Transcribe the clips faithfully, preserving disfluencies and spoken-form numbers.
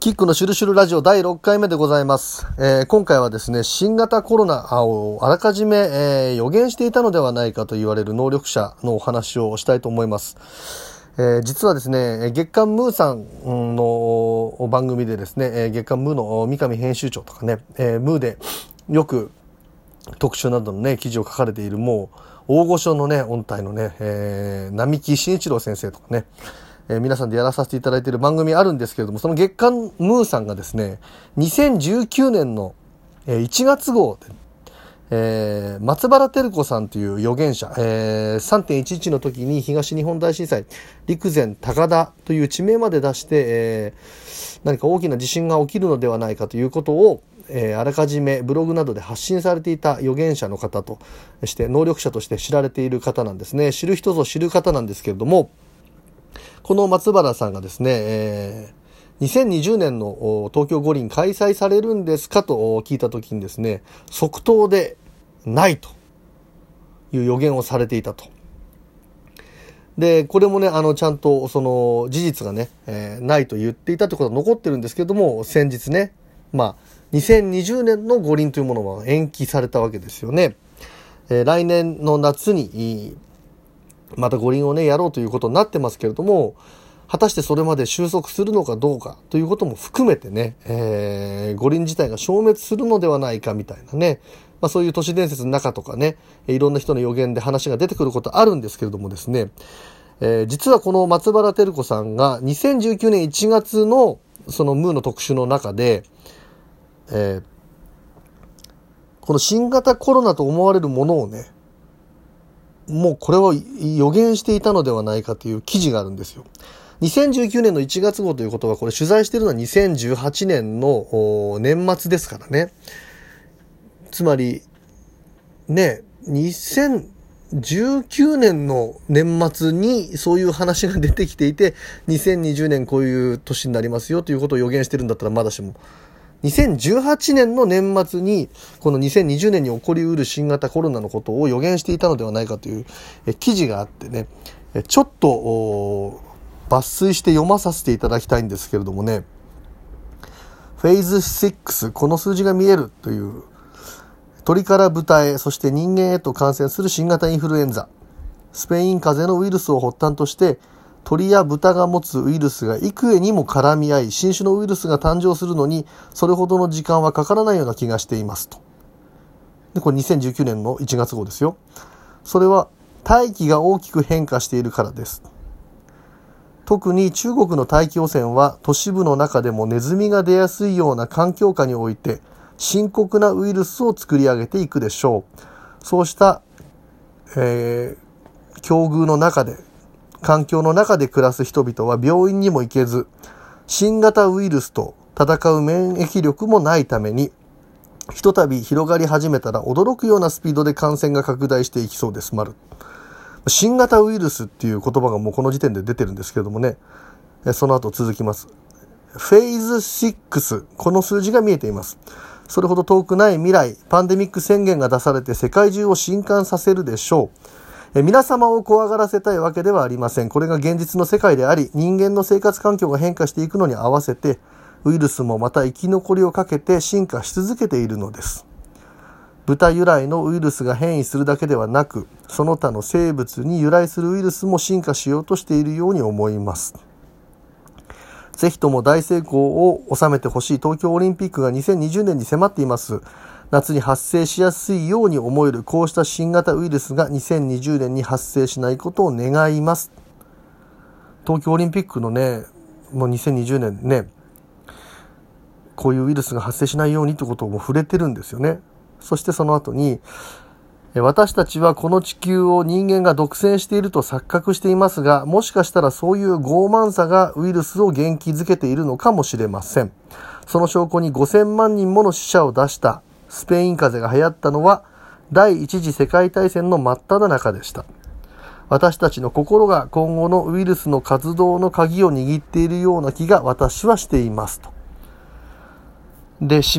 キックのシュルシュルラジオだいろっかいめでございます。えー、今回はですね、新型コロナをあらかじめ、えー、予言していたのではないかと言われる能力者のお話をしたいと思います。えー、実はですね、月刊ムーさんの番組でですね、月刊ムーの三上編集長とかね、えー、ムーでよく特集などのね、記事を書かれているもう大御所のね、音体のね、えー、並木慎一郎先生とかね、えー、皆さんでやらさせていただいている番組あるんですけれども、その月刊ムーさんがですね、にせんじゅうきゅうねんのいちがつ号で、えー、松原照子さんという預言者、えー、さんてんいちいち の時に東日本大震災、陸前高田という地名まで出して、えー、何か大きな地震が起きるのではないかということを、えー、あらかじめブログなどで発信されていた預言者の方として能力者として知られている方なんですね。知る人ぞ知る方なんですけれども、この松原さんがですね、えー、にせんにじゅうねんの東京五輪開催されるんですかと聞いたときにですね、即答でないという予言をされていたと。で、これもね、あの、ちゃんとその事実がね、えー、ないと言っていたということは残ってるんですけれども、先日ね、まあ、にせんにじゅうねんの五輪というものは延期されたわけですよね。えー、来年の夏に、また五輪をね、やろうということになってますけれども、果たしてそれまで収束するのかどうかということも含めてね、えー、五輪自体が消滅するのではないかみたいなね、まあそういう都市伝説の中とかね、いろんな人の予言で話が出てくることあるんですけれどもですね、えー、実はこの松原照子さんがにせんじゅうきゅうねんいちがつのそのムーの特集の中で、えー、この新型コロナと思われるものをね、もうこれを予言していたのではないかという記事があるんですよ。にせんじゅうきゅうねんのいちがつ号ということは、これ取材しているのはにせんじゅうはちねんの年末ですからね。つまり、ね、にせんじゅうきゅうねんの年末にそういう話が出てきていて、にせんにじゅうねんこういう年になりますよということを予言してるんだったらまだしも、にせんじゅうはちねんの年末にこのにせんにじゅうねんに起こりうる新型コロナのことを予言していたのではないかという記事があってね、ちょっと抜粋して読まさせていただきたいんですけれどもね、フェーズろく、この数字が見えるという、鳥から豚へ、そして人間へと感染する新型インフルエンザ、スペイン風邪のウイルスを発端として鳥や豚が持つウイルスが幾重にも絡み合い、新種のウイルスが誕生するのにそれほどの時間はかからないような気がしていますと。で、これにせんじゅうきゅうねんのいちがつ号ですよ。それは大気が大きく変化しているからです。特に中国の大気汚染は都市部の中でもネズミが出やすいような環境下において深刻なウイルスを作り上げていくでしょう。そうした、えー、境遇の中で環境の中で暮らす人々は病院にも行けず、新型ウイルスと戦う免疫力もないために、ひとたび広がり始めたら驚くようなスピードで感染が拡大していきそうです。丸。新型ウイルスっていう言葉がもうこの時点で出てるんですけれどもね、その後続きます。フェーズろく、この数字が見えています。それほど遠くない未来、パンデミック宣言が出されて世界中を震撼させるでしょう。え皆様を怖がらせたいわけではありません。これが現実の世界であり、人間の生活環境が変化していくのに合わせて、ウイルスもまた生き残りをかけて進化し続けているのです。豚由来のウイルスが変異するだけではなく、その他の生物に由来するウイルスも進化しようとしているように思います。ぜひとも大成功を収めてほしい東京オリンピックがにせんにじゅうねんに迫っています。夏に発生しやすいように思えるこうした新型ウイルスがにせんにじゅうねんに発生しないことを願います。東京オリンピックのね、もうにせんにじゅうねんね、こういうウイルスが発生しないようにということをもう触れてるんですよね。そしてその後に、私たちはこの地球を人間が独占していると錯覚していますが、もしかしたらそういう傲慢さがウイルスを元気づけているのかもしれません。その証拠にごせんまんにんもの死者を出したスペイン風邪が流行ったのは第一次世界大戦の真っ只中でした。私たちの心が今後のウイルスの活動の鍵を握っているような気が私はしていますと。で、締めに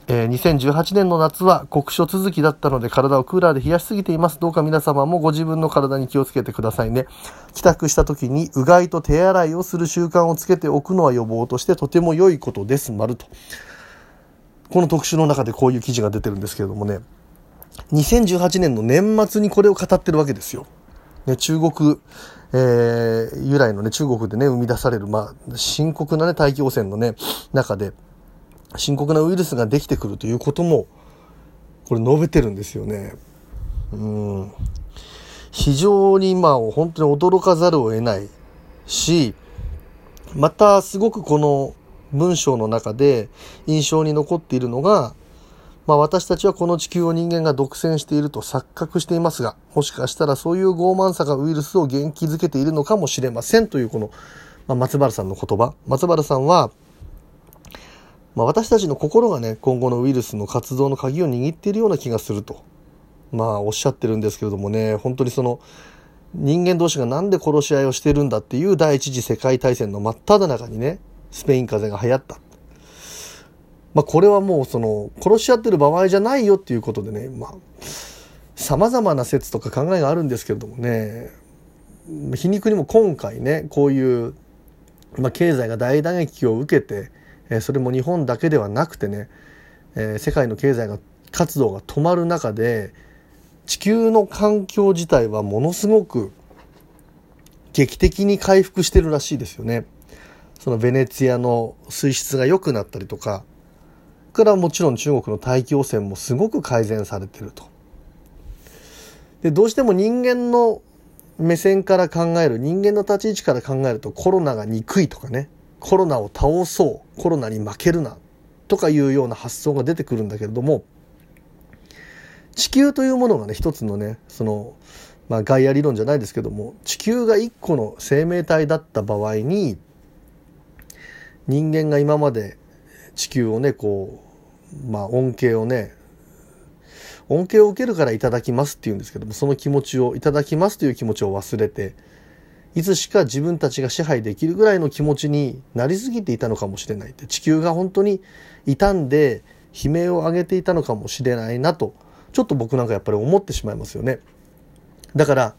えー、にせんじゅうはちねんの夏は酷暑続きだったので体をクーラーで冷やしすぎています。どうか皆様もご自分の体に気をつけてくださいね。帰宅した時にうがいと手洗いをする習慣をつけておくのは予防としてとても良いことです。丸と。この特集の中でこういう記事が出てるんですけれどもね、にせんじゅうはちねんの年末にこれを語ってるわけですよ。ね、中国、えー、由来のね、中国でね、生み出される、まあ、深刻なね、大気汚染のね、中で、深刻なウイルスができてくるということもこれ述べてるんですよね。うん、非常にまあ本当に驚かざるを得ないし、またすごくこの文章の中で印象に残っているのが、まあ、私たちはこの地球を人間が独占していると錯覚していますが、もしかしたらそういう傲慢さがウイルスを元気づけているのかもしれませんというこの、まあ、松原さんの言葉。松原さんはまあ、私たちの心がね、今後のウイルスの活動の鍵を握っているような気がすると、まあ、おっしゃってるんですけれどもね、本当にその、人間同士がなんで殺し合いをしているんだっていう第一次世界大戦の真っ只中にね、スペイン風邪が流行った。まあ、これはもうその、殺し合ってる場合じゃないよっていうことでね、まあ、様々な説とか考えがあるんですけれどもね、皮肉にも今回ね、こういう、まあ、経済が大打撃を受けて、それも日本だけではなくてね、えー、世界の経済が活動が止まる中で地球の環境自体はものすごく劇的に回復してるらしいですよね。そのベネツィアの水質が良くなったりとか、からもちろん中国の大気汚染もすごく改善されてると。で、どうしても人間の目線から考える、人間の立ち位置から考えるとコロナが憎いとかね、コロナを倒そう、コロナに負けるなとかいうような発想が出てくるんだけれども、地球というものがね、一つのね、その、まあ、ガイア理論じゃないですけども、地球が一個の生命体だった場合に、人間が今まで地球をね、こう、まあ、恩恵をね、恩恵を受けるからいただきますっていうんですけども、その気持ちを、いただきますという気持ちを忘れて、いつしか自分たちが支配できるぐらいの気持ちになりすぎていたのかもしれないって、地球が本当に傷んで悲鳴を上げていたのかもしれないなと、ちょっと僕なんかやっぱり思ってしまいますよね。だから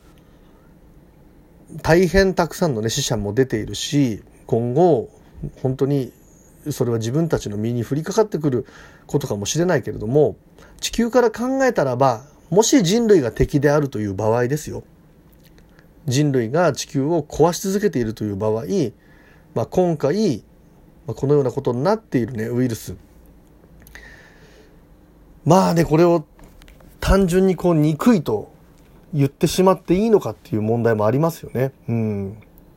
大変たくさんのね死者も出ているし、今後本当にそれは自分たちの身に降りかかってくることかもしれないけれども、地球から考えたらば、もし人類が敵であるという場合ですよ、人類が地球を壊し続けているという場合、まあ、今回、まあ、このようなことになっているねウイルス、まあね、これを単純にこう憎いと言ってしまっていいのかっていう問題もありますよね。うん。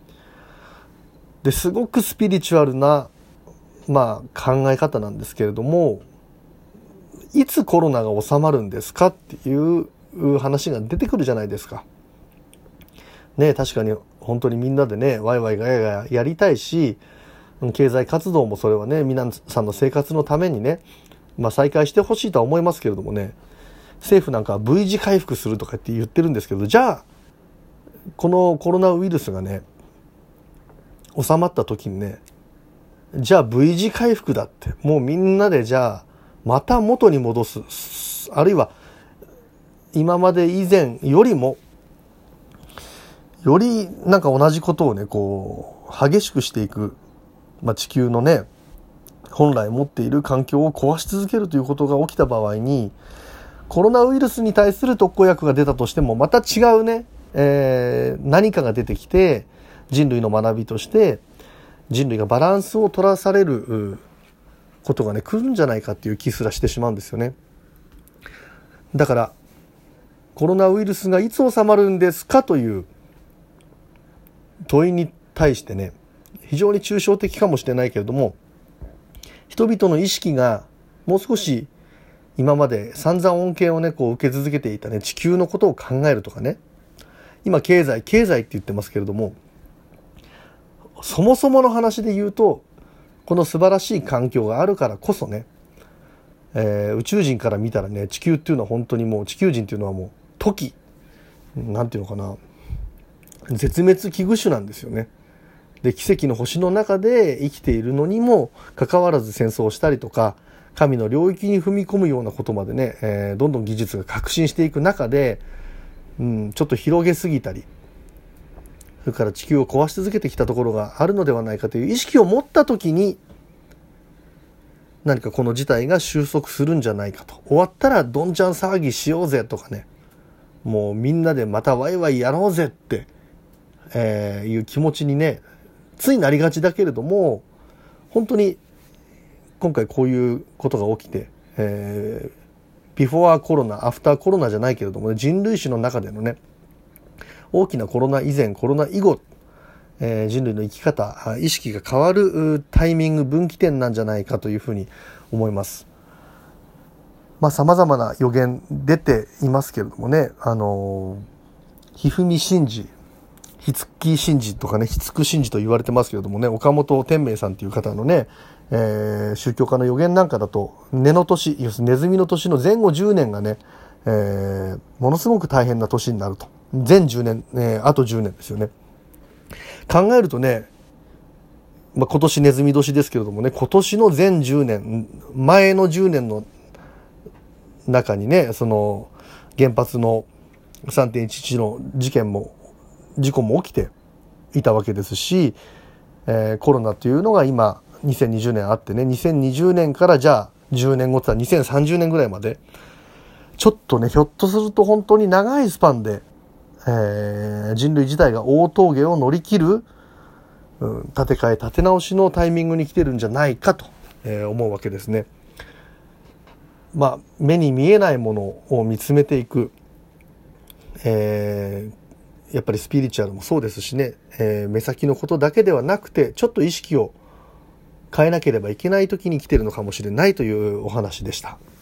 ですごくスピリチュアルな、まあ、考え方なんですけれども、いつコロナが収まるんですかっていう話が出てくるじゃないですか。ね、確かに本当にみんなでねワイワイガヤガヤやりたいし、経済活動もそれはね皆さんの生活のためにね、まあ、再開してほしいとは思いますけれどもね、政府なんかは V 字回復するとかって言ってるんですけど、じゃあこのコロナウイルスがね収まった時にね、じゃあ V 字回復だって、もうみんなでじゃあまた元に戻す、あるいは今まで以前よりもよりなんか同じことをねこう激しくしていく、まあ、地球のね本来持っている環境を壊し続けるということが起きた場合に、コロナウイルスに対する特効薬が出たとしてもまた違うね、えー、何かが出てきて、人類の学びとして人類がバランスを取らされることがね来るんじゃないかっていう気すらしてしまうんですよね。だからコロナウイルスがいつ収まるんですかという問いに対してね、非常に抽象的かもしれないけれども、人々の意識がもう少し今まで散々恩恵をねこう受け続けていたね地球のことを考えるとかね、今経済経済って言ってますけれども、そもそもの話で言うと、この素晴らしい環境があるからこそね、えー、宇宙人から見たらね、地球っていうのは本当にもう、地球人っていうのはもう時、なんていうのかな、絶滅危惧種なんですよね。で、奇跡の星の中で生きているのにもかかわらず戦争をしたりとか、 神の領域に踏み込むようなことまでね、えー、どんどん技術が革新していく中で、うん、ちょっと広げすぎたり、それから地球を壊し続けてきたところがあるのではないかという意識を持った時に、何かこの事態が収束するんじゃないかと。終わったらどんちゃん騒ぎしようぜとかね、もうみんなでまたワイワイやろうぜって、えー、いう気持ちにね、ついなりがちだけれども、本当に今回こういうことが起きて、えー、ビフォーコロナ、アフターコロナじゃないけれども、ね、人類史の中でのね、大きなコロナ以前、コロナ以後、えー、人類の生き方、意識が変わるタイミング、分岐点なんじゃないかというふうに思います。まあ様々な予言出ていますけれどもね、あのー、ひふみ神事、ひつき神事とかね、ひつく神事と言われてますけれどもね、岡本天明さんという方のね、えー、宗教家の予言なんかだと、根の年、要するにネズミの年の前後じゅうねんがね、えー、ものすごく大変な年になると。前じゅうねん、えー、あとじゅうねんですよね。考えるとね、まあ、今年ネズミ年ですけれどもね、今年の前じゅうねん、前のじゅうねんの中にね、その原発の さんてんいちいち の事件も、事故も起きていたわけですし、えー、コロナというのが今、にせんにじゅうねんあってね、にせんにじゅうねんからじゃあじゅうねんごって言ったらにせんさんじゅうねんぐらいまで、ちょっとね、ひょっとすると本当に長いスパンで、えー、人類自体が大峠を乗り切る、うん、建て替え立て直しのタイミングに来てるんじゃないかと、えー、思うわけですね。まあ目に見えないものを見つめていく、えー、やっぱりスピリチュアルもそうですしね、えー、目先のことだけではなくてちょっと意識を変えなければいけない時に来てるのかもしれないというお話でした。